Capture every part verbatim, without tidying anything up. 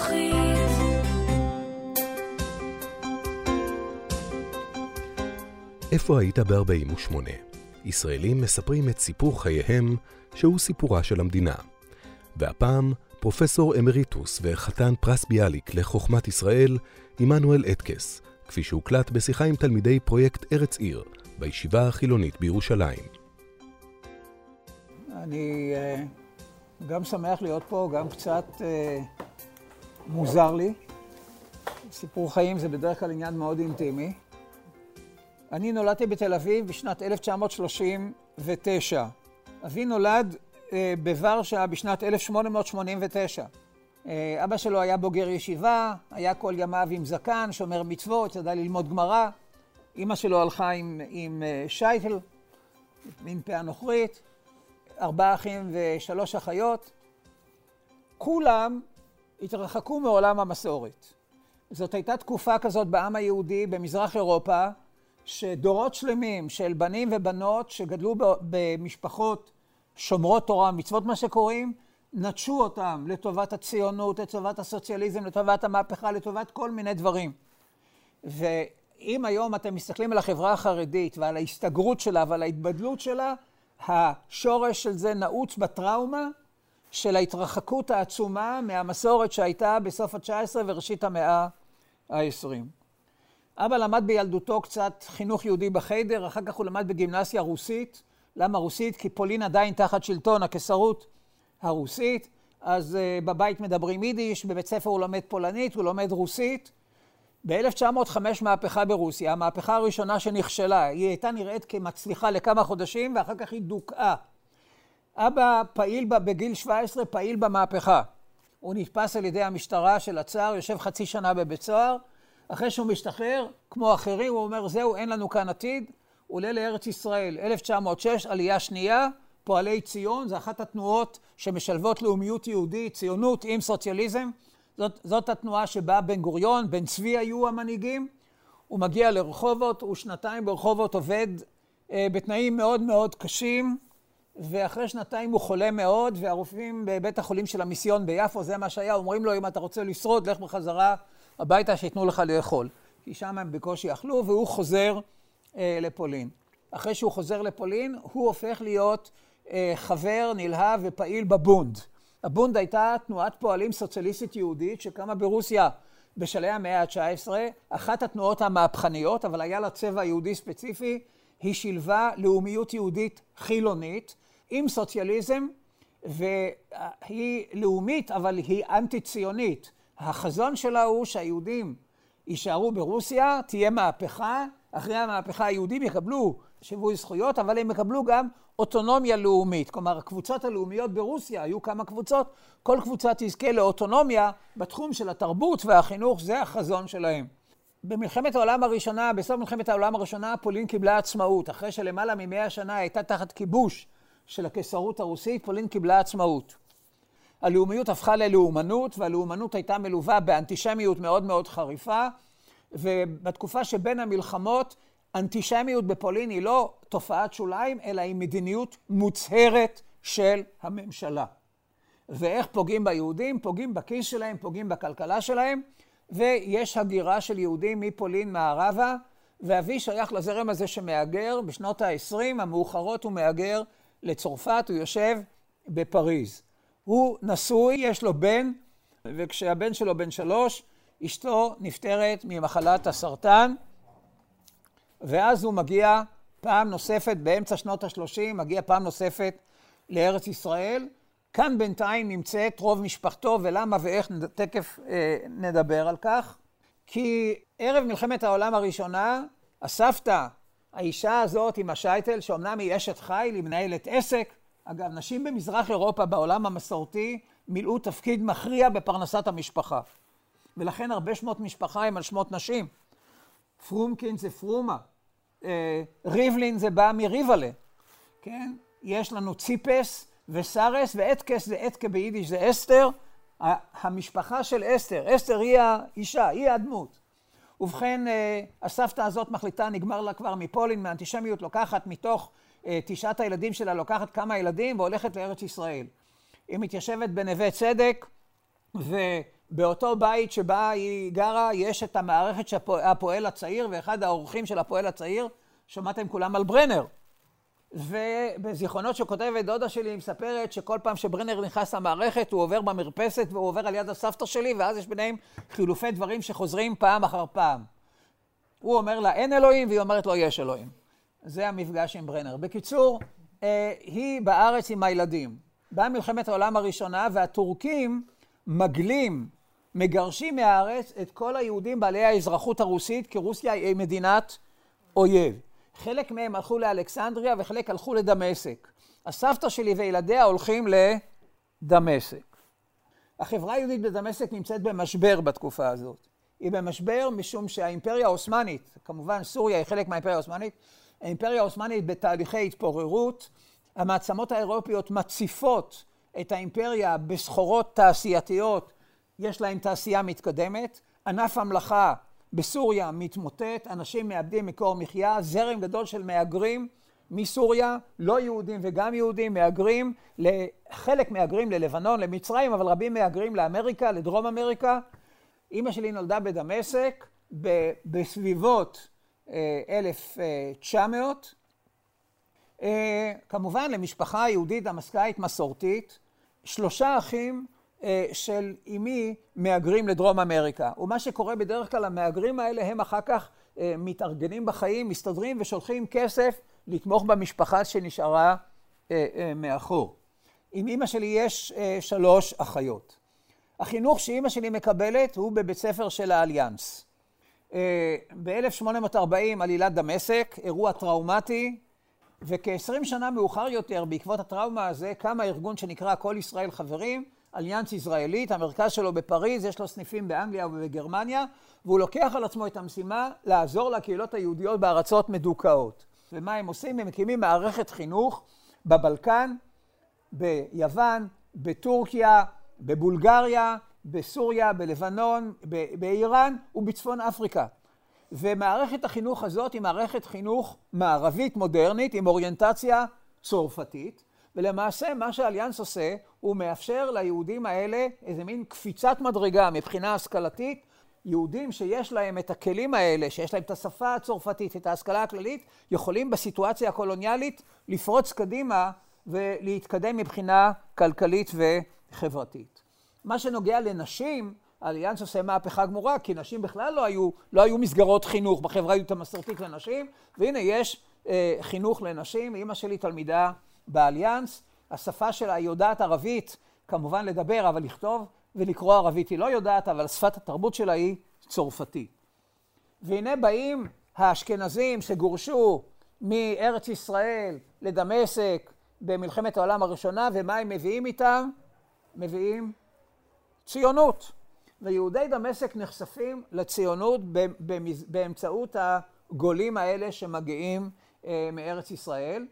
זכוכית. איפה היית ב-ארבעים ושמונה? ישראלים מספרים את סיפור חייהם שהוא סיפורה של המדינה. והפעם פרופסור אמריטוס וחתן פרס ביאליק לחוכמת ישראל, עמנואל אטקס, כפי שהוקלט בשיחה עם תלמידי פרויקט ארץ עיר בישיבה החילונית בירושלים. אני uh, גם שמח להיות פה, גם קצת uh, מוזר לי. סיפור חיים זה בדרך כלל עניין מאוד אינטימי. אני נולדתי בתל אביב בשנת אלף תשע מאות שלושים ותשע. אבי נולד uh, בוורשה בשנת אלף שמונה מאות שמונים ותשע. Uh, אבא שלו היה בוגר ישיבה, היה כל ימיו עם זקן, שומר מצוות, ידע ללמוד גמרא. אמא שלו הלכה עם, עם uh, שייטל, מין פאה נוכרית. ארבעה אחים ושלוש אחיות. כולם התרחקו מעולם המסורת. זאת הייתה תקופה כזאת בעם היהודי במזרח אירופה, שדורות שלמים של בנים ובנות שגדלו במשפחות שומרות תורה, מצוות מה שקוראים, נטשו אותם לטובת הציונות, לטובת הסוציאליזם, לטובת המהפכה, לטובת כל מיני דברים. ואם היום אתם מסתכלים על החברה החרדית ועל ההסתגרות שלה ועל ההתבדלות שלה, השורש של זה נעוץ בטראומה של ההתרחקות העצומה מהמסורת שהייתה בסוף ה-תשע עשרה וראשית המאה ה-עשרים. אבא למד בילדותו קצת חינוך יהודי בחיידר, אחר כך הוא למד בגימנסיה רוסית. למה רוסית? כי פולין עדיין תחת שלטון הקיסרות הרוסית, אז uh, בבית מדברים יידיש, בבית ספר הוא לומד פולנית, הוא לומד רוסית. ב-אלף תשע מאות וחמש מהפכה ברוסיה, המהפכה הראשונה שנכשלה, היא הייתה נראית כמצליחה לכמה חודשים ואחר כך היא דוכאה. אבא פעיל בה בגיל שבע עשרה, פעיל במהפכה. הוא נתפס על ידי המשטרה של הצאר, יושב חצי שנה בבית סוהר. אחרי שהוא משתחרר, כמו אחרים, הוא אומר, זהו, אין לנו כאן עתיד. הוא עולה לארץ ישראל, אלף תשע מאות ושש, עלייה שנייה, פועלי ציון, זה אחת התנועות שמשלבות לאומיות יהודית, ציונות עם סוציאליזם. זאת, זאת התנועה שבה בן גוריון, בן צבי היו המנהיגים. הוא מגיע לרחובות, הוא שנתיים ברחובות עובד אה, בתנאים מאוד מאוד קשים, ואחרי שנתיים הוא חולה מאוד, והרופאים בבית החולים של המיסיון ביפו, זה מה שהיה, אומרים לו, אם אתה רוצה לשרוד, לך בחזרה הביתה שיתנו לך לאכול. כי שם הם בקושי אכלו, והוא חוזר אה, לפולין. אחרי שהוא חוזר לפולין, הוא הופך להיות אה, חבר נלהב ופעיל בבונד. הבונד הייתה תנועת פועלים סוציאליסטית יהודית שקמה ברוסיה בשלהי המאה ה-תשע עשרה, אחת התנועות המהפכניות, אבל היה לה צבע יהודי ספציפי. היא שילבה לאומיות יהודית חילונית עם סוציאליזם, והיא לאומית אבל היא אנטי-ציונית. החזון שלה הוא שהיהודים יישארו ברוסיה, תהיה מהפכה, אחרי המהפכה היהודים יקבלו שיווי זכויות, אבל הם יקבלו גם אוטונומיה לאומית. כלומר, הקבוצות הלאומיות ברוסיה, היו כמה קבוצות, כל קבוצה תזכה לאוטונומיה בתחום של התרבות והחינוך, זה החזון שלהם. במלחמת העולם הראשונה, בסוף מלחמת העולם הראשונה, פולין קיבלה עצמאות. אחרי שלמעלה ממאה שנה הייתה תחת כיבוש של הקיסרות הרוסית, פולין קיבלה עצמאות. הלאומיות הפכה ללאומנות, והלאומנות הייתה מלווה באנטישמיות מאוד מאוד חריפה, ובתקופה שבין המלחמות, אנטישמיות בפולין היא לא תופעת שוליים, אלא היא מדיניות מוצהרת של הממשלה. ואיך פוגעים ביהודים? פוגעים בכיס שלהם, פוגעים בכלכלה שלהם, ויש הגירה של יהודים מפולין מערבה, ואבי שייך לזרם הזה שמאגר. בשנות ה-עשרים המאוחרות הוא מאגר לצרפת, הוא יושב בפריז. הוא נשוי, יש לו בן, וכשהבן שלו בן שלוש, אשתו נפטרת ממחלת הסרטן, ואז הוא מגיע פעם נוספת, באמצע שנות ה-שלושים, מגיע פעם נוספת לארץ ישראל. כאן בינתיים נמצאת רוב משפחתו, ולמה ואיך תכף אה, נדבר על כך. כי ערב מלחמת העולם הראשונה, הסבתא, האישה הזאת עם השייטל, שאומנם היא אשת חיל, היא מנהלת עסק. אגב, נשים במזרח אירופה בעולם המסורתי מילאו תפקיד מכריע בפרנסת המשפחה. ולכן הרבה שמות משפחה הם על שמות נשים. פרומקין זה פרומה, אה, ריבלין זה בא מריבלה, כן? יש לנו ציפס וסרס, ואתקס זה אתקה ביידיש, זה אסתר, המשפחה של אסתר. אסתר היא האישה, היא הדמות. ובכן, הסבתא הזאת מחליטה, נגמר לה כבר מפולין, מאנטישמיות, לוקחת מתוך תשעת הילדים שלה, לוקחת כמה ילדים והולכת לארץ ישראל. היא מתיישבת בנווה צדק, באותו בית שבה היא גרה יש את המערכת של הפועל הצעיר, ואחד האורחים של הפועל הצעיר, שמעתם כולם על ברנר. ובזיכרונות שכותבת דודה שלי היא מספרת שכל פעם שברנר נכנס למערכת הוא עובר במרפסת והוא עובר על יד הסבתא שלי, ואז יש ביניהם חילופי דברים שחוזרים פעם אחר פעם. הוא אומר לה אין אלוהים והיא אומרת לו יש אלוהים. זה המפגש עם ברנר. בקיצור, היא בארץ עם הילדים. באה מלחמת העולם הראשונה והטורקים מגלים, מגרשים מהארץ את כל היהודים בעלי האזרחות הרוסית, כי רוסיה היא מדינת אויב. חלק מהם הלכו לאלכסנדריה וחלק הלכו לדמשק. הסבתא שלי וילדיה הולכים לדמשק. החברה היהודית בדמשק נמצאת במשבר בתקופה הזאת. היא במשבר משום שהאימפריה העות'מאנית, כמובן סוריה היא חלק מהאימפריה העות'מאנית, האימפריה העות'מאנית בתהליכי התפוררות, המעצמות האירופיות מציפות את האימפריה בסחורות תעשייתיות, יש להם תעשייה מתקדמת, ענף המלאכה בסוריה מתמוטט, אנשים מאבדים מקור מחיה, זרם גדול של מהגרים מסוריה, לא יהודים וגם יהודים, מהגרים, חלק מהגרים ללבנון, למצרים, אבל רבים מהגרים לאמריקה, לדרום אמריקה. אמא שלי נולדה בדמשק בסביבות אלף תשע מאות, כמובן למשפחה יהודית דמשקאית מסורתית, שלושה אחים של אמי מהגרים לדרום אמריקה. ומה שקורה בדרך כלל, המהגרים האלה הם אחר כך מתארגנים בחיים, מסתדרים ושולחים כסף לתמוך במשפחה שנשארה מאחור. עם אמא שלי יש שלוש אחיות. החינוך שאמא שלי מקבלת הוא בבית ספר של האליאנס. ב-אלף שמונה מאות וארבעים עלילת דמשק, אירוע טראומטי, וכ-עשרים שנה מאוחר יותר, בעקבות הטראומה הזה, קם הארגון שנקרא כל ישראל חברים, אליאנס ישראלית, המרכז שלו בפריז, יש לו סניפים באנגליה ובגרמניה, והוא לוקח על עצמו את המשימה לעזור לקהילות היהודיות בארצות מדוכאות. ומה הם עושים? הם מקימים מערכת חינוך בבלקן, ביוון, בטורקיה, בבולגריה, בסוריה, בלבנון, באיראן ובצפון אפריקה. ומערכת החינוך הזאת היא מערכת חינוך מערבית מודרנית עם אוריינטציה צרפתית, ולמעשה מה שהאליאנס עושה הוא מאפשר ליהודים האלה איזה מין קפיצת מדרגה מבחינה השכלתית. יהודים שיש להם את הכלים האלה, שיש להם את השפה הצרפתית, את ההשכלה הכללית, יכולים בסיטואציה הקולוניאלית לפרוץ קדימה ולהתקדם מבחינה כלכלית וחברתית. מה שנוגע לנשים, האליאנס עושה מהפכה גמורה, כי נשים בכלל לא היו, לא היו מסגרות חינוך בחברה היהודית המסורתית לנשים, והנה יש אה, חינוך לנשים. אמא שלי תלמידה באליאנס, השפה שלה היא יודעת ערבית, כמובן לדבר, אבל לכתוב ולקרוא ערבית היא לא יודעת, אבל שפת התרבות שלה היא צרפתית. והנה באים האשכנזים שגורשו מארץ ישראל לדמשק במלחמת העולם הראשונה, ומה הם מביאים איתם? מביאים ציונות. ויהודי דמשק נחשפים לציונות באמצעות הגולים האלה שמגיעים מארץ ישראל,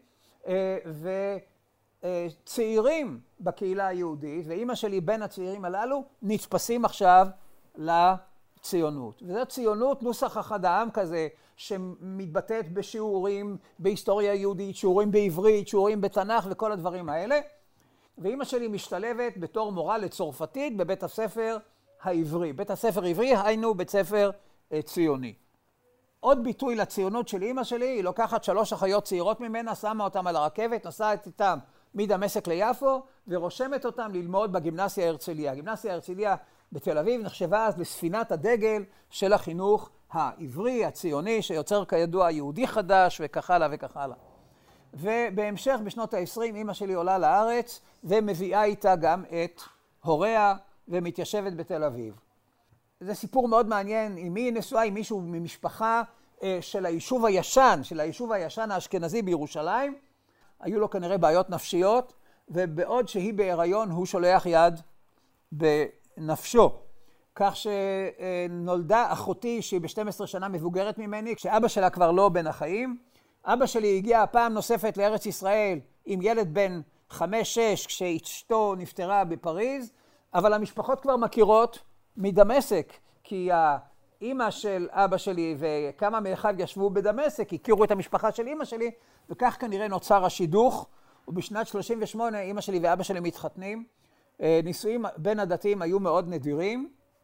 וצעירים בקהילה היהודית, ואמא שלי בין הצעירים הללו, נתפסים עכשיו לציונות. וזו ציונות נוסח אחד העם כזה, שמתבטאת בשיעורים בהיסטוריה יהודית, שיעורים בעברית, שיעורים בתנ"ך וכל הדברים האלה. ואמא שלי משתלבת בתור מורה לצרפתית בבית הספר העברי. בית הספר עברי היינו בית ספר ציוני. עוד ביטוי לציונות של אמא שלי, היא לוקחת שלוש אחיות צעירות ממנה, שמה אותם על הרכבת, נסעת איתם מדמשק ליפו, ורושמת אותם ללמוד בגימנסיה הרצליה. הגימנסיה הרצליה בתל אביב נחשבה אז לספינת הדגל של החינוך העברי, הציוני, שיוצר כידוע יהודי חדש וכך הלאה וכך הלאה. ובהמשך בשנות ה-עשרים אמא שלי עולה לארץ ומביאה איתה גם את הוריה ומתיישבת בתל אביב. זה סיפור מאוד מעניין. אם היא נשואה עם מישהו ממשפחה של היישוב הישן, של היישוב הישן האשכנזי בירושלים, היו לו כנראה בעיות נפשיות, ובעוד שהיא בהיריון הוא שולח יד בנפשו. כך שנולדה אחותי שהיא ב-שתים עשרה שנה מבוגרת ממני, כשאבא שלה כבר לא בין החיים. אבא שלי הגיע פעם נוספת לארץ ישראל עם ילד בן חמש שש כשאשתו נפטרה בפריז, אבל המשפחות כבר מכירות מדמשק, כי האמא של אבא שלי וכמה מאחיו ישבו בדמשק, הכירו את המשפחה של אמא שלי, וכך כנראה נוצר השידוך. ובשנת שלושים ושמונה אמא שלי ואבא שלי מתחתנים. נישואים בין הדתיים היו מאוד נדירים,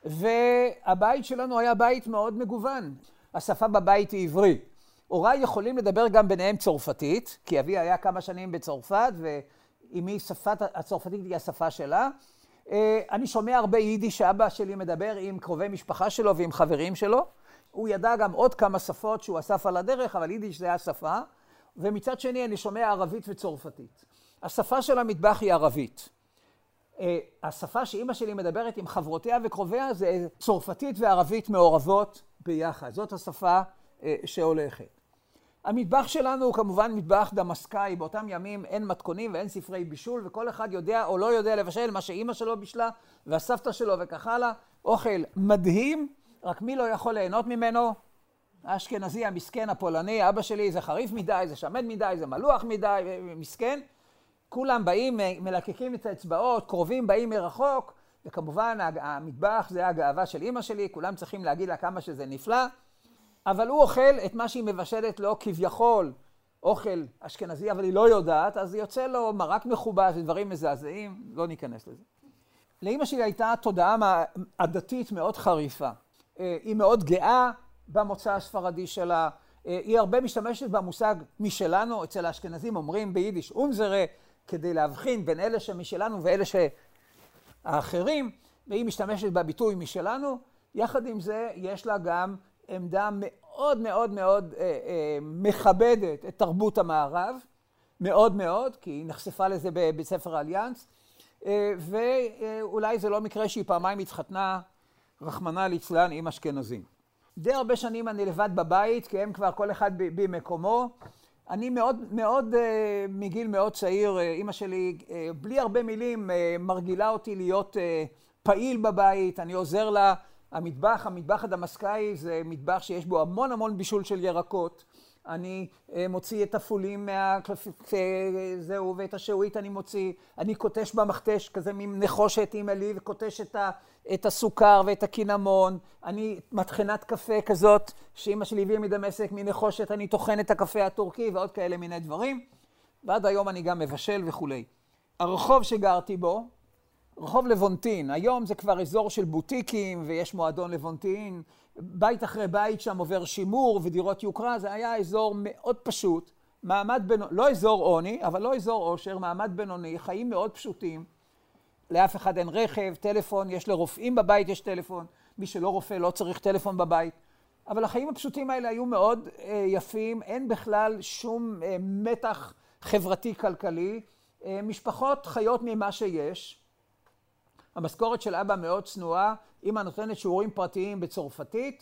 והבית שלנו היה בית מאוד מגוון. השפה בבית היא עברי. הוריי יכולים לדבר גם ביניהם צרפתית, כי אבי היה כמה שנים בצרפת, ואמי שפת הצרפתית היא השפה שלה. אני שומע הרבה יידיש שאבא שלי מדבר עם קרובי משפחה שלו ועם חברים שלו. הוא ידע גם עוד כמה שפות שהוא אסף על הדרך, אבל יידיש זה השפה. ומצד שני אני שומע ערבית וצרפתית. השפה של המטבח היא ערבית. השפה שאמא שלי מדברת עם חברותיה וקרוביה זה צרפתית וערבית מעורבות ביחד. זאת השפה שהולכת. המטבח שלנו הוא כמובן מטבח דמסקאי. באותם ימים אין מתכונים ואין ספרי בישול, וכל אחד יודע או לא יודע לבשל מה שאמא שלו בישלה והסבתא שלו וכך הלאה. אוכל מדהים, רק מי לא יכול ליהנות ממנו? האשכנזי המסכן הפולני, אבא שלי, זה חריף מדי, זה שמד מדי, זה מלוח מדי, מסכן. כולם באים, מלקקים את האצבעות, קרובים באים מרחוק, וכמובן המטבח זה הגאווה של אמא שלי, כולם צריכים להגיד לה כמה שזה נפלא, אבל הוא אוכל את מה שהיא מבשלת לו כביכול, אוכל אשכנזי, אבל היא לא יודעת, אז יוצא לו מרק מכובס ודברים מזעזעים, לא ניכנס לזה. לאמא שלי הייתה תודעה עדתית מאוד חריפה. היא מאוד גאה במוצא הספרדי שלה, היא הרבה משתמשת במושג משלנו, אצל האשכנזים אומרים ביידיש אונזרה, כדי להבחין בין אלה שמשלנו ואלה שהאחרים, והיא משתמשת בביטוי משלנו. יחד עם זה יש לה גם עמדה מאוד מאוד מאוד אה, אה, מכבדת את תרבות המערב, מאוד מאוד, כי היא נחשפה לזה בבית ספר אליאנס, אה, ואולי זה לא מקרה שהיא פעמיים התחתנה, רחמנא ליצלן, עם אשכנזים. די הרבה שנים אני לבד בבית, כי הם כבר כל אחד במקומו. אני מאוד, מאוד, מגיל מאוד צעיר, אמא שלי, בלי הרבה מילים, מרגילה אותי להיות פעיל בבית. אני עוזר לה. המטבח, המטבח הדמסקאי זה מטבח שיש בו המון המון בישול של ירקות. אני מוציא את הפולים מהקלפית, זהו, ואת השעועית אני מוציא. אני קוטש במכתש, כזה מין נחושת עם אלי, וקוטש את, ה, את הסוכר ואת הקינמון. אני מטחנת קפה כזאת, שאמא שלי הביאה מדמשק מנחושת, אני טוחן את הקפה הטורקי ועוד כאלה מיני דברים. ועד היום אני גם מבשל וכו'. הרחוב שגרתי בו, רחוב לבונטין, היום זה כבר אזור של בוטיקים ויש מועדון לבונטין, בית אחרי בית שם עובר שימור ודירות יוקרה, זה היה אזור מאוד פשוט, מעמד בינוני, לא אזור עוני, אבל לא אזור עושר, מעמד בינוני, חיים מאוד פשוטים, לאף אחד אין רכב, טלפון, יש לרופאים בבית, יש טלפון, מי שלא רופא לא צריך טלפון בבית, אבל החיים הפשוטים האלה היו מאוד אה, יפים, אין בכלל שום אה, מתח חברתי-כלכלי, אה, משפחות חיות ממה שיש, המשכורת של אבא מאוד צנועה, אמא נותנת שיעורים פרטיים בצרפתית,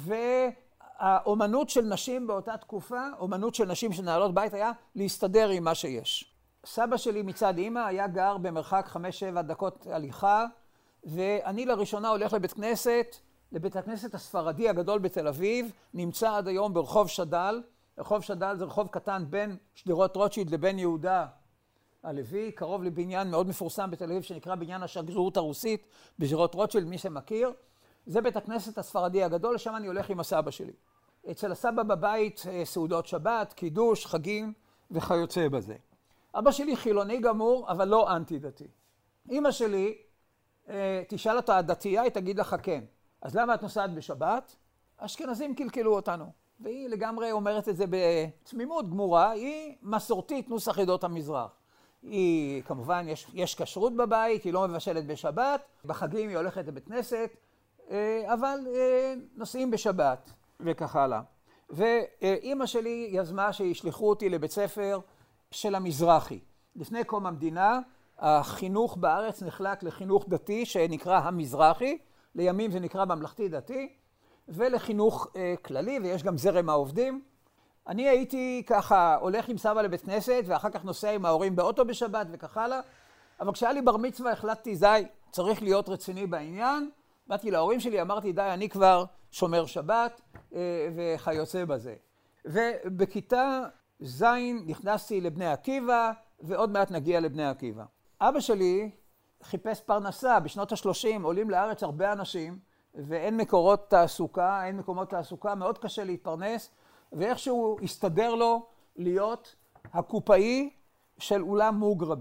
והאומנות של נשים באותה תקופה, אומנות של נשים שנעלות בית היה להסתדר עם מה שיש. סבא שלי מצד אמא היה גר במרחק חמש שבע דקות הליכה, ואני לראשונה הולך לבית כנסת, לבית הכנסת הספרדי הגדול בתל אביב, נמצא עד היום ברחוב שדל. רחוב שדל זה רחוב קטן בין שדרות רוטשילד לבין יהודה הלוי, קרוב לבניין מאוד מפורסם בתל אביב שנקרא בניין השגרירות הרוסית בשדרות רוטשילד, מי שמכיר. זה בית הכנסת הספרדי הגדול, לשם אני הולך עם הסבא שלי. אצל הסבא בבית סעודות שבת, קידוש, חגים וכיוצא בזה. אבא שלי חילוני גמור, אבל לא אנטי דתי. אמא שלי, תשאל אותה דתייה, היא תגיד לך כן. אז למה את נוסעת בשבת? אשכנזים קלקלו אותנו. והיא לגמרי אומרת את זה בתמימות גמורה, היא מסורתית נוסח עדות המזרח. היא, כמובן, יש, יש כשרות בבית, היא לא מבשלת בשבת, בחגים היא הולכת לבית כנסת, אבל נוסעים בשבת וכך הלאה. ואימא שלי יזמה שישלחו אותי לבית ספר של המזרחי. לפני קום המדינה, החינוך בארץ נחלק לחינוך דתי שנקרא המזרחי, לימים זה נקרא ממלכתי דתי, ולחינוך כללי, ויש גם זרם העובדים. אני הייתי ככה הולך עם סבא לבית כנסת, ואחר כך נוסע עם ההורים באוטו בשבת וכך הלאה, אבל כשהיה לי בר מצווה החלטתי, די, צריך להיות רציני בעניין. באתי להורים שלי, אמרתי, די, אני כבר שומר שבת וכיוצא בזה. ובכיתה ז' נכנסתי לבני עקיבא, ועוד מעט נגיע לבני עקיבא. אבא שלי חיפש פרנסה, בשנות ה-שלושים עולים לארץ הרבה אנשים, ואין מקורות תעסוקה, אין מקומות תעסוקה, מאוד קשה להתפרנס, ואיכשהו הסתדר לו להיות הקופאי של אולם מוגרבי.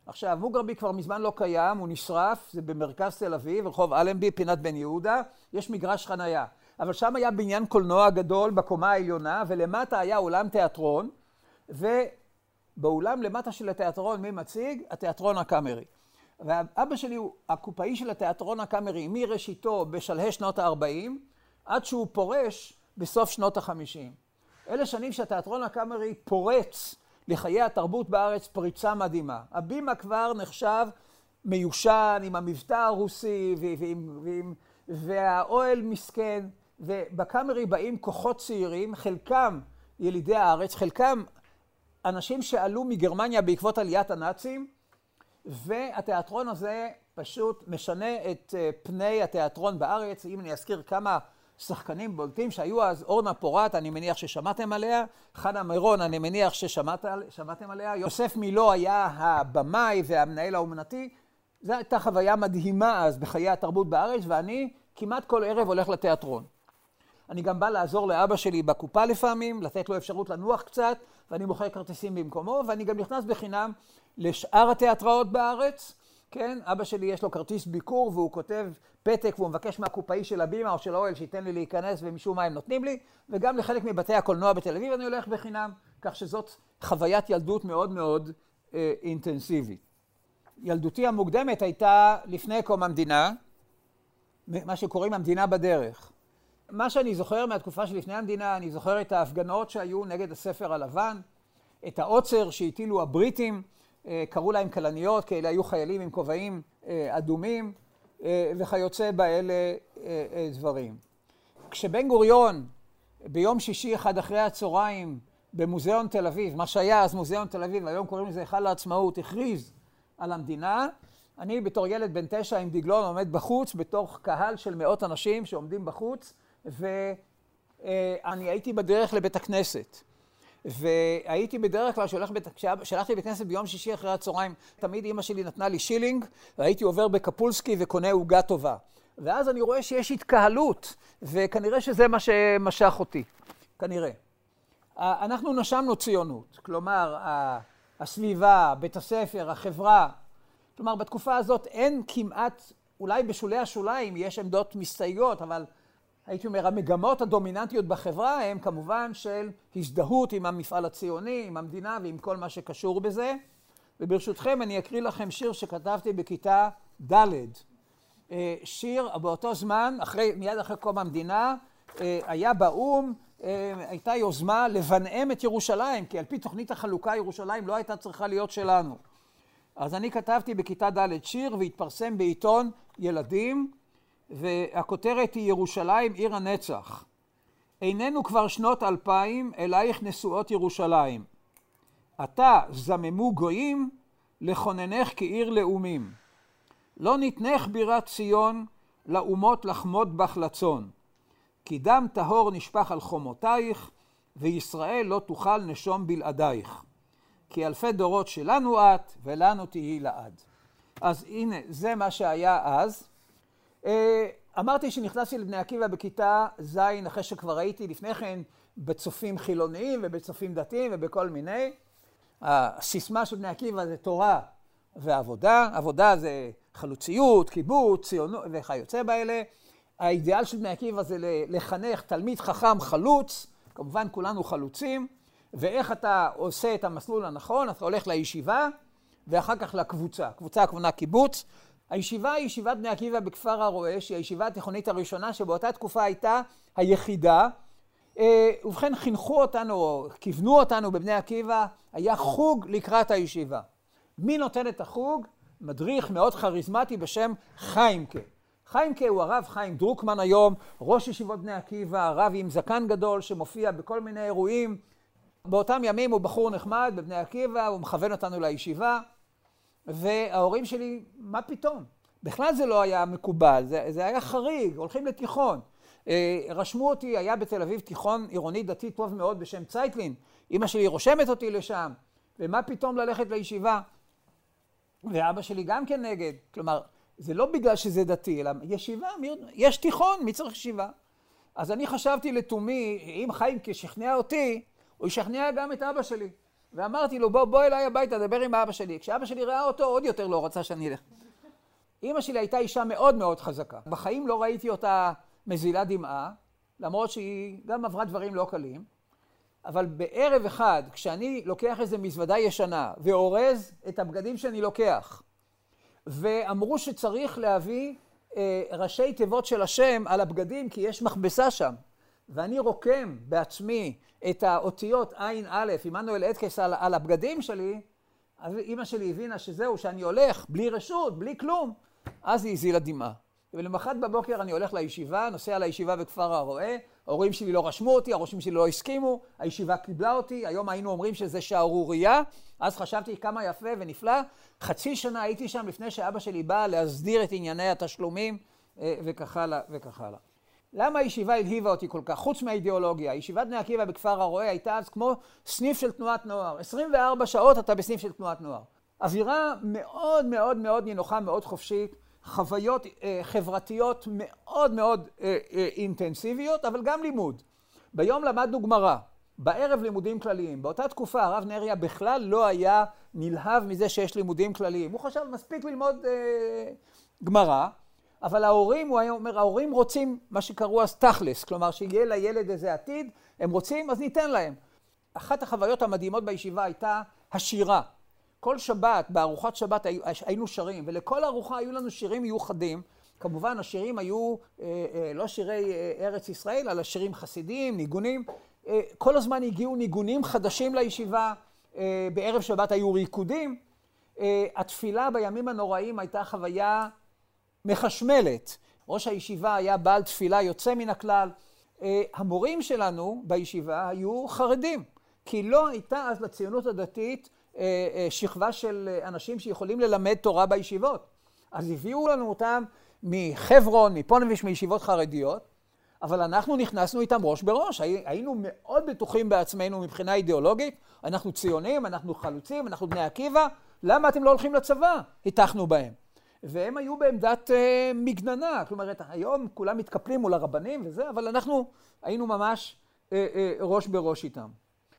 עכשיו, מוגרבי כבר מזמן לא קיים, הוא נשרף, זה במרכז תל אביב, רחוב אלנבי, פינת בן יהודה, יש מגרש חנייה. אבל שם היה בניין קולנוע גדול בקומה העליונה, ולמטה היה אולם תיאטרון, ובאולם למטה של התיאטרון מי מציג? התיאטרון הקאמרי. ואבא שלי הוא הקופאי של התיאטרון הקאמרי מראשיתו בשלהי שנות ה-ארבעים, עד שהוא פורש בסוף שנות ה-חמישים. אלה שנים שהתיאטרון הקאמרי פורץ לחיי התרבות בארץ פריצה מדהימה. הבימה כבר נחשב מיושן עם המבטא הרוסי ועם, ועם, והאוהל מסכן, ובקאמרי באים כוחות צעירים, חלקם ילידי הארץ, חלקם אנשים שעלו מגרמניה בעקבות עליית הנאצים, והתיאטרון הזה פשוט משנה את פני התיאטרון בארץ. אם אני אזכיר כמה שחקנים בולטים שהיו אז, אורנה פורט, אני מניח ששמעתם עליה, חנה מירון, אני מניח ששמעתם עליה, יוסף מילו היה הבמאי והמנהל האומנתי. זו הייתה חוויה מדהימה אז בחיי התרבות בארץ, ואני כמעט כל ערב הולך לתיאטרון. אני גם בא לעזור לאבא שלי בקופה לפעמים, לתת לו אפשרות לנוח קצת, ואני מוכר כרטיסים במקומו, ואני גם נכנס בחינם לשאר התיאטראות בארץ. כן, אבא שלי יש לו כרטיס ביקור, והוא כותב פתק, והוא מבקש מהקופאי של הבימה או של האוהל שייתן לי להיכנס, ומשום מה הם נותנים לי, וגם לחלק מבתי הקולנוע בתל אביב אני הולך בחינם, כך שזאת חוויית ילדות מאוד מאוד אה, אינטנסיבית. ילדותי המוקדמת הייתה לפני קום המדינה, מה שקוראים המדינה בדרך. מה שאני זוכר מהתקופה שלפני המדינה, אני זוכר את ההפגנות שהיו נגד הספר הלבן, את העוצר שהטילו הבריטים, קראו להם כלניות, כי אלה היו חיילים עם כובעים אדומים, וכיוצא באלה דברים. כשבן גוריון ביום שישי אחד אחרי הצהריים במוזיאון תל אביב, מה שהיה אז מוזיאון תל אביב, היום קוראים לזה היכל העצמאות, הכריז על המדינה, אני בתור ילד בן תשע עם דגלון עומד בחוץ, בתוך קהל של מאות אנשים שעומדים בחוץ, ואני הייתי בדרך לבית הכנסת. והייתי בדרך כלל שהולך, כשהלכתי לבית הכנסת ביום שישי אחרי הצהריים, תמיד אמא שלי נתנה לי שילינג, והייתי עובר בקפולסקי וקונה עוגה טובה. ואז אני רואה שיש התקהלות, וכנראה שזה מה שמשך אותי, כנראה. אנחנו נשמנו ציונות, כלומר, הסביבה, בית הספר, החברה. כלומר, בתקופה הזאת אין כמעט, אולי בשולי השוליים יש עמדות מסתייגות, אבל הייתי אומר, המגמות הדומיננטיות בחברה הן כמובן של הזדהות עם המפעל הציוני, עם המדינה ועם כל מה שקשור בזה. וברשותכם אני אקריא לכם שיר שכתבתי בכיתה ד'. שיר באותו זמן, אחרי, מיד אחרי קום המדינה, היה באום, הייתה יוזמה לבנאם את ירושלים, כי על פי תוכנית החלוקה ירושלים לא הייתה צריכה להיות שלנו. אז אני כתבתי בכיתה ד' שיר והתפרסם בעיתון ילדים, והכותרת היא ירושלים עיר הנצח. איננו כבר שנות אלפיים, אלייך נשואות ירושלים. אתה זממו גויים, לכוננך כעיר לאומים. לא ניתנך בירת ציון, לאומות לחמוד בך לצון. כי דם טהור נשפך על חומותייך, וישראל לא תוכל נשום בלעדייך. כי אלפי דורות שלנו את, ולנו תהי לעד. אז הנה, זה מה שהיה אז. אמרתי שנכנסתי לבני עקיבא בכיתה ז' אחרי שכבר הייתי לפני כן בצופים חילוניים ובצופים דתיים ובכל מיני. הסיסמה של בני עקיבא זה תורה ועבודה. עבודה זה חלוציות, קיבוץ, ציונות וכיוצא באלה. האידיאל של בני עקיבא זה לחנך תלמיד חכם חלוץ, כמובן כולנו חלוצים, ואיך אתה עושה את המסלול הנכון, אתה הולך לישיבה ואחר כך לקבוצה. קבוצה הכוונה קיבוץ. הישיבה היא ישיבת בני עקיבא בכפר הרועה, שהיא הישיבה התיכונית הראשונה שבאותה תקופה הייתה היחידה. ובכן חינכו אותנו, כיוונו אותנו בבני עקיבא, היה חוג לקראת הישיבה. מי נותן את החוג? מדריך מאוד כריזמטי בשם חיימקה. חיימקה הוא הרב חיים דרוקמן היום, ראש ישיבות בני עקיבא, רב עם זקן גדול שמופיע בכל מיני אירועים. באותם ימים הוא בחור נחמד בבני עקיבא, הוא מכוון אותנו לישיבה. וההורים שלי, מה פתאום? בכלל זה לא היה מקובל, זה, זה היה חריג, הולכים לתיכון. אה, רשמו אותי, היה בתל אביב תיכון עירוני דתי טוב מאוד בשם צייטלין. אמא שלי רושמת אותי לשם, ומה פתאום ללכת לישיבה? ואבא שלי גם כן נגד. כלומר, זה לא בגלל שזה דתי, אלא ישיבה, יש תיכון, מי צריך ישיבה? אז אני חשבתי לתומי, אם חיים כשכנע אותי, הוא ישכנע גם את אבא שלי. ואמרתי לו, בוא, בוא אליי הביתה, דבר עם אבא שלי. כשאבא שלי ראה אותו, עוד יותר לא רצה שאני אלך. אמא שלי הייתה אישה מאוד מאוד חזקה. בחיים לא ראיתי אותה מזילה דמעה, למרות שהיא גם עברה דברים לא קלים. אבל בערב אחד, כשאני לוקח איזו מזוודה ישנה, ואורז את הבגדים שאני לוקח, ואמרו שצריך להביא אה, ראשי תיבות של השם על הבגדים, כי יש מכבסה שם, ואני רוקם בעצמי את האותיות עין א', עמנואל אדקס על, על הבגדים שלי, אז אמא שלי הבינה שזהו, שאני הולך בלי רשות, בלי כלום, אז היא הזילה דמעה. ולמחרת בבוקר אני הולך לישיבה, נוסע לישיבה בכפר הרועה, ההורים שלי לא רשמו אותי, הראשים שלי לא הסכימו, הישיבה קיבלה אותי, היום היינו אומרים שזה שערוריה, אז חשבתי כמה יפה ונפלא, חצי שנה הייתי שם לפני שאבא שלי בא להסדיר את ענייני התשלומים וכך הלאה וכך הלאה. למה הישיבה הלהיבה אותי כל כך? חוץ מהאידיאולוגיה, ישיבת בני עקיבא בכפר הרועה הייתה אז כמו סניף של תנועת נוער, עשרים וארבע שעות אתה בסניף של תנועת נוער. אווירה מאוד מאוד מאוד נינוחה, מאוד חופשית, חוויות אה, חברתיות מאוד מאוד אה, אה, אינטנסיביות, אבל גם לימוד. ביום למדנו גמרא, בערב לימודים כלליים. באותה תקופה הרב נריה בכלל לא היה נלהב מזה שיש לימודים כלליים. הוא חשב מספיק ללמוד אה, גמרא, אבל ההורים, הוא היה אומר, ההורים רוצים מה שקראו אז תכלס, כלומר שיהיה לילד איזה עתיד, הם רוצים, אז ניתן להם. אחת החוויות המדהימות בישיבה הייתה השירה. כל שבת, בארוחת שבת היינו שרים, ולכל ארוחה היו לנו שירים מיוחדים. כמובן, השירים היו אה, אה, לא שירי אה, ארץ ישראל, אלא שירים חסידיים, ניגונים. אה, כל הזמן הגיעו ניגונים חדשים לישיבה, אה, בערב שבת היו ריקודים. אה, התפילה בימים הנוראים הייתה חוויה מחשמלת. ראש הישיבה היה בעל תפילה יוצא מן הכלל. אה, המורים שלנו בישיבה היו חרדים, כי לא הייתה אז לציונות הדתית שכבה של אנשים שיכולים ללמד תורה בישיבות. אז הביאו לנו אותם מחברון, מפונביש, מישיבות חרדיות, אבל אנחנו נכנסנו איתם ראש בראש. היינו מאוד בטוחים בעצמנו מבחינה אידיאולוגית, אנחנו ציונים, אנחנו חלוצים, אנחנו בני עקיבא, למה אתם לא הולכים לצבא? התחנו בהם. והם היו בעמדת uh, מגננה, כלומר, היום כולם מתקפלים מול הרבנים וזה, אבל אנחנו היינו ממש uh, uh, ראש בראש איתם.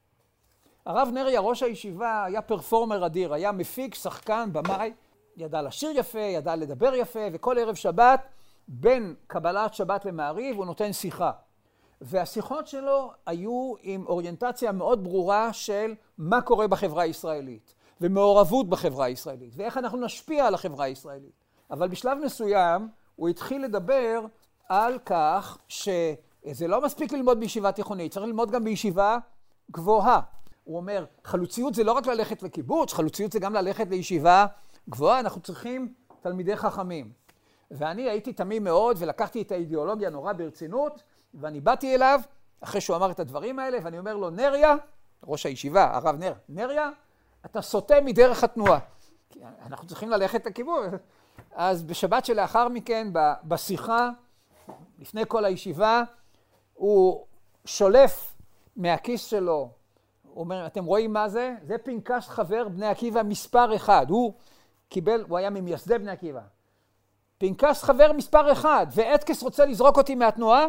הרב נריה, ראש הישיבה, היה פרפורמר אדיר, היה מפיק, שחקן, במאי, ידע לשיר יפה, ידע לדבר יפה, וכל ערב שבת, בין קבלת שבת למעריב, הוא נותן שיחה. והשיחות שלו היו עם אוריינטציה מאוד ברורה של מה קורה בחברה הישראלית, ומעורבות בחברה הישראלית, ואיך אנחנו נשפיע על החברה הישראלית. אבל בשלב מסוים, הוא התחיל לדבר על כך שזה לא מספיק ללמוד בישיבה תיכונית, צריך ללמוד גם בישיבה גבוהה. הוא אומר, חלוציות זה לא רק ללכת לקיבוץ, חלוציות זה גם ללכת לישיבה גבוהה, אנחנו צריכים תלמידי חכמים. ואני הייתי תמים מאוד ולקחתי את האידיאולוגיה נורא ברצינות, ואני באתי אליו, אחרי שהוא אמר את הדברים האלה, ואני אומר לו, נריה, ראש הישיבה, הרב נר, נריה, אתה סוטה מדרך התנועה. כי אנחנו צריכים ללכת לקיבוץ. אז בשבת שלאחר מכן, בשיחה, לפני כל הישיבה, הוא שולף מהכיס שלו, הוא אומר, אתם רואים מה זה? זה פנקס חבר בני עקיבא מספר אחד. הוא קיבל, הוא היה ממייסדי בני עקיבא. פנקס חבר מספר אחד, ואדקס רוצה לזרוק אותי מהתנועה?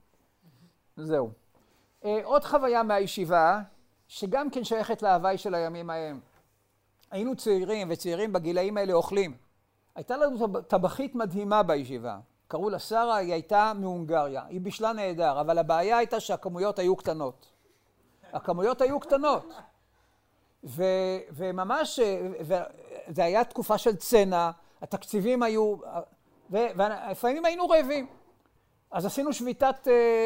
זהו. עוד חוויה מהישיבה, שגם כן שייכת להוואי של הימים ההם. היינו צעירים, וצעירים בגילאים האלה אוכלים. הייתה לנו טבחית מדהימה בישיבה. קראו לה שרה, היא הייתה מהונגריה. היא בישלה נהדר, אבל הבעיה הייתה שהכמויות היו קטנות. הכמויות היו קטנות. ו, וממש, זה היה תקופה של צנע, התקציבים היו, ולפעמים היינו רעבים. אז עשינו שביתת,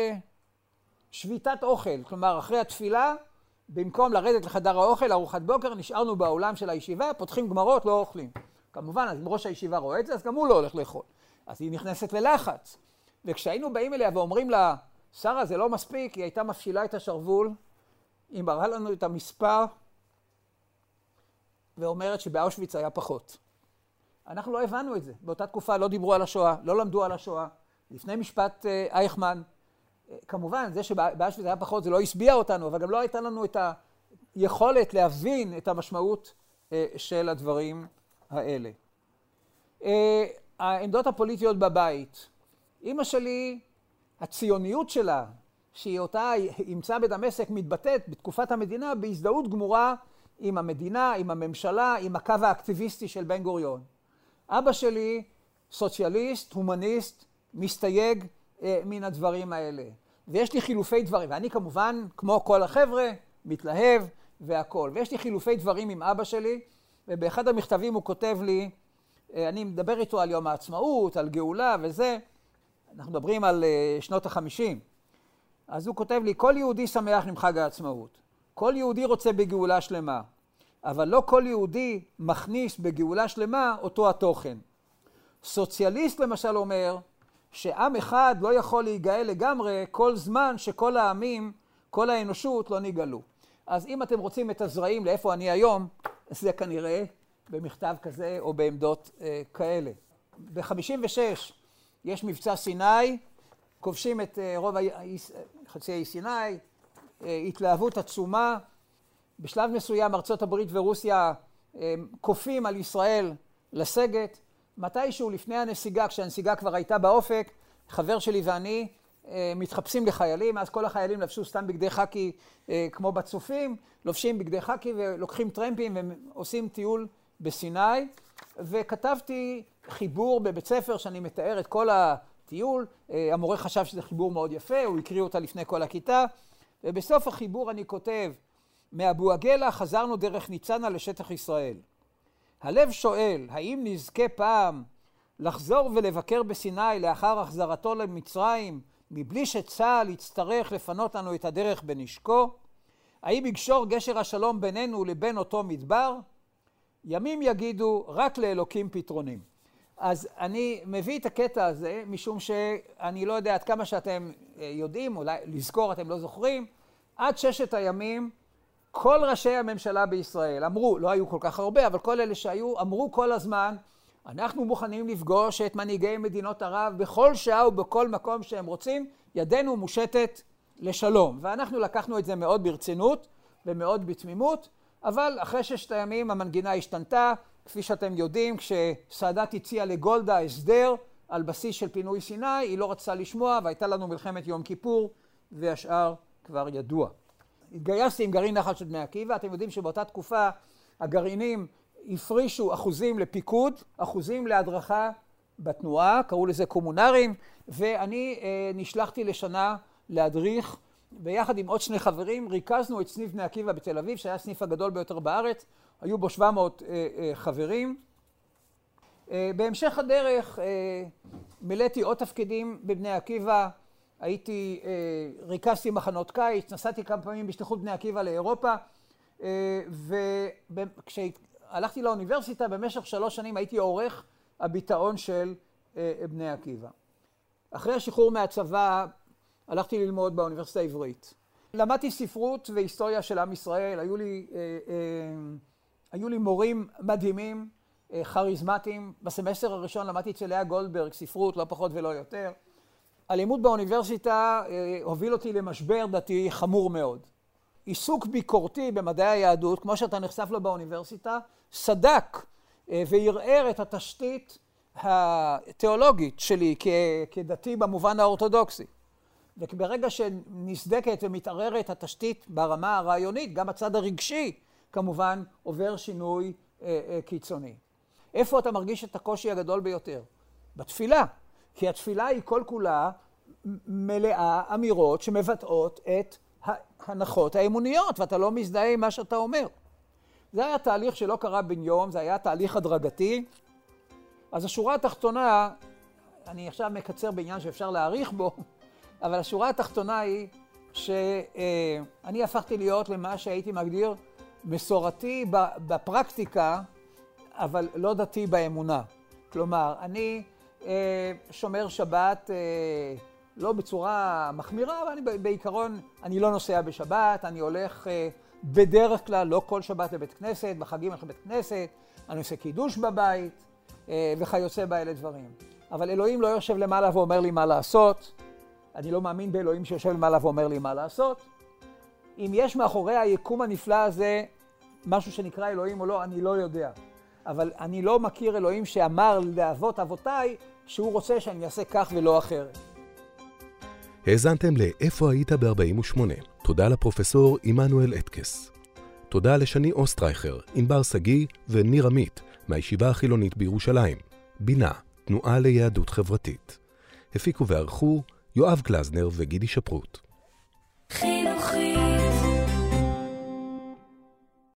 שביתת אוכל, כלומר אחרי התפילה, במקום לרדת לחדר האוכל, ארוחת בוקר, נשארנו באולם של הישיבה, פותחים גמרות, לא אוכלים. כמובן, אז אם ראש הישיבה רואה את זה, אז גם הוא לא הולך לאכול. אז היא נכנסת ללחץ. וכשהיינו באים אליה ואומרים לה, שרה, זה לא מספיק, היא הייתה מפשילה את השרוול, היא מראה לנו את המספר, ואומרת שבאושוויץ היה פחות. אנחנו לא הבנו את זה. באותה תקופה לא דיברו על השואה, לא למדו על השואה. לפני משפט אייכמן, כמובן, זה שבאושוויץ היה פחות, זה לא הסביע אותנו, אבל גם לא הייתה לנו את היכולת להבין את המשמעות של הדברים האלה. העמדות הפוליטיות בבית. אמא שלי, הציוניות שלה, שהיא אותה אימצה בדמשק, מתבטאת בתקופת המדינה בהזדהות גמורה עם המדינה, עם הממשלה, עם הקו האקטיביסטי של בן גוריון. אבא שלי סוציאליסט, הומניסט, מסתייג אה, מן הדברים האלה. ויש לי חילופי דברים, ואני כמובן, כמו כל החבר'ה, מתלהב והכל. ויש לי חילופי דברים עם אבא שלי, ובאחד המכתבים הוא כותב לי, אה, אני מדבר איתו על יום העצמאות, על גאולה וזה, אנחנו מדברים על אה, שנות החמישים. אז הוא כותב לי, כל יהודי שמח עם חג העצמאות. כל יהודי רוצה בגאולה שלמה, אבל לא כל יהודי מכניס בגאולה שלמה אותו התוכן. סוציאליסט למשל אומר שעם אחד לא יכול להיגאל לגמרי כל זמן שכל העמים, כל האנושות לא נגאלו. אז אם אתם רוצים את הזרעים לאיפה אני היום, זה כנראה במכתב כזה או בעמדות אה, כאלה. ב-חמישים ושש יש מבצע סיני, כובשים את אה, רוב חצי האי סיני, אה, התלהבות עצומה. בשלב מסוים ארצות הברית ורוסיה אה, כופים על ישראל לסגת. מתישהו לפני הנסיגה, כשהנסיגה כבר הייתה באופק, חבר שלי ואני אה, מתחפשים לחיילים, אז כל החיילים לבשו סתם בגדי חקי אה, כמו בצופים, לובשים בגדי חקי ולוקחים טרמפים ועושים טיול בסיני, וכתבתי חיבור בבית ספר שאני מתאר את כל הטיול, אה, המורה חשב שזה חיבור מאוד יפה, הוא הקריא אותה לפני כל הכיתה, ובסוף החיבור אני כותב, מאבו עגלה חזרנו דרך ניצנה לשטח ישראל. הלב שואל, האם נזכה פעם לחזור ולבקר בסיני לאחר החזרתו למצרים, מבלי שצה"ל יצטרך לפנות לנו את הדרך בנשקו? האם יגשור גשר השלום בינינו לבין אותו מדבר? ימים יגידו, רק לאלוקים פתרונים. אז אני מביא את הקטע הזה, משום שאני לא יודע עד כמה שאתם יודעים, אולי לזכור אתם לא זוכרים, עד ששת הימים, כל ראשי הממשלה בישראל אמרו, לא היו כל כך הרבה, אבל כל אלה שהיו, אמרו כל הזמן, אנחנו מוכנים לפגוש את מנהיגי מדינות ערב בכל שעה ובכל מקום שהם רוצים, ידנו מושטת לשלום. ואנחנו לקחנו את זה מאוד ברצינות ומאוד בתמימות, אבל אחרי ששת הימים המנגינה השתנתה, כפי שאתם יודעים, כשסאדאת הציע לגולדה הסדר על בסיס של פינוי סיני, היא לא רצתה לשמוע, והייתה לנו מלחמת יום כיפור, והשאר כבר ידוע. התגייסתי עם גרעין נחל של בני עקיבא, אתם יודעים שבאותה תקופה הגרעינים הפרישו אחוזים לפיקוד, אחוזים להדרכה בתנועה, קראו לזה קומונרים, ואני אה, נשלחתי לשנה להדריך, ביחד עם עוד שני חברים, ריכזנו את סניף בני עקיבא בתל אביב, שהיה הסניף הגדול ביותר בארץ, היו בו שבע מאות אה, אה, חברים. אה, בהמשך הדרך אה, מילאתי עוד תפקידים בבני עקיבא, הייתי, אה, ריכזתי מחנות קיץ, נסעתי כמה פעמים בשליחות בני עקיבא לאירופה, אה, וכשהלכתי לאוניברסיטה במשך שלוש שנים הייתי עורך הביטאון של אה, בני עקיבא. אחרי השחרור מהצבא הלכתי ללמוד באוניברסיטה העברית. למדתי ספרות והיסטוריה של עם ישראל, היו לי, אה, אה, היו לי מורים מדהימים, אה, כריזמטיים. בסמסטר הראשון למדתי אצל לאה גולדברג, ספרות, לא פחות ולא יותר. הלימוד באוניברסיטה אה, הוביל אותי למשבר דתי חמור מאוד. עיסוק ביקורתי במדעי היהדות, כמו שאתה נחשף לו באוניברסיטה, סדק אה, וערער את התשתית התיאולוגית שלי כ- כדתי במובן האורתודוקסי. וברגע שנסדקת ומתערערת התשתית ברמה הרעיונית, גם הצד הרגשי כמובן עובר שינוי אה, אה, קיצוני. איפה אתה מרגיש את הקושי הגדול ביותר? בתפילה. כי התפילה היא כל כולה מלאה אמירות שמבטאות את ההנחות האמוניות, ואתה לא מזדהה עם מה שאתה אומר. זה היה תהליך שלא קרה בן יום, זה היה תהליך הדרגתי. אז השורה התחתונה, אני עכשיו מקצר בעניין שאפשר להאריך בו, אבל השורה התחתונה היא שאני הפכתי להיות למה שהייתי מגדיר מסורתי בפרקטיקה, אבל לא דתי באמונה. כלומר, אני שומר שבת לא בצורה מחמירה, אבל אני, בעיקרון אני לא נוסע בשבת, אני הולך בדרך כלל, לא כל שבת לבית כנסת, בחגים הולך לבית כנסת, אני עושה קידוש בבית וכיוצא באלה דברים. אבל אלוהים לא יושב למעלה ואומר לי מה לעשות, אני לא מאמין באלוהים שיושב למעלה ואומר לי מה לעשות. אם יש מאחורי היקום הנפלא הזה משהו שנקרא אלוהים או לא, אני לא יודע. אבל אני לא מכיר אלוהים שאמר לאבות אבותיי שהוא רוצה שאני אעשה כך ולא אחרת. האזנתם לאיפה היית ב-ארבעים ושמונה. תודה לפרופסור עמנואל אטקס. תודה לשני אוסטרייכר, ענבר סגי וניר עמית מהישיבה החילונית בירושלים. בינה, תנועה ליהדות חברתית. הפיקו וערכו יואב גלזנר וגידי שפרוט.